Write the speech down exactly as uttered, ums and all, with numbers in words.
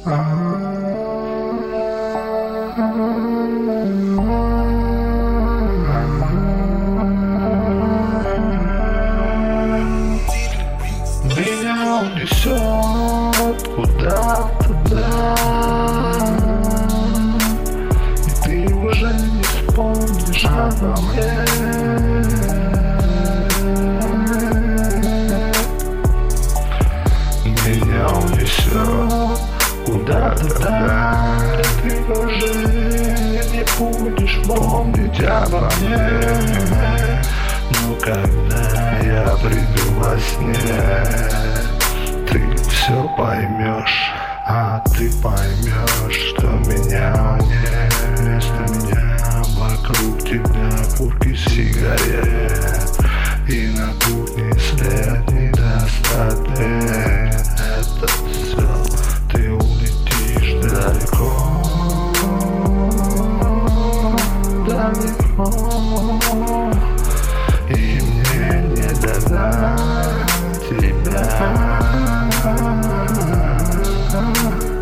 Меня унесет куда-то, да, и ты уже не вспомнишь обо мне. Меня унесет куда-то, да, и ты уже не будешь помнить обо мне. Но когда я приду во сне, ты все поймешь, а ты поймешь, что меня нет. Вместо меня вокруг тебя курки сигарет, и на кухне след недостаток. Это все, ты улетишь далеко, далеко, и мне не догнать тебя.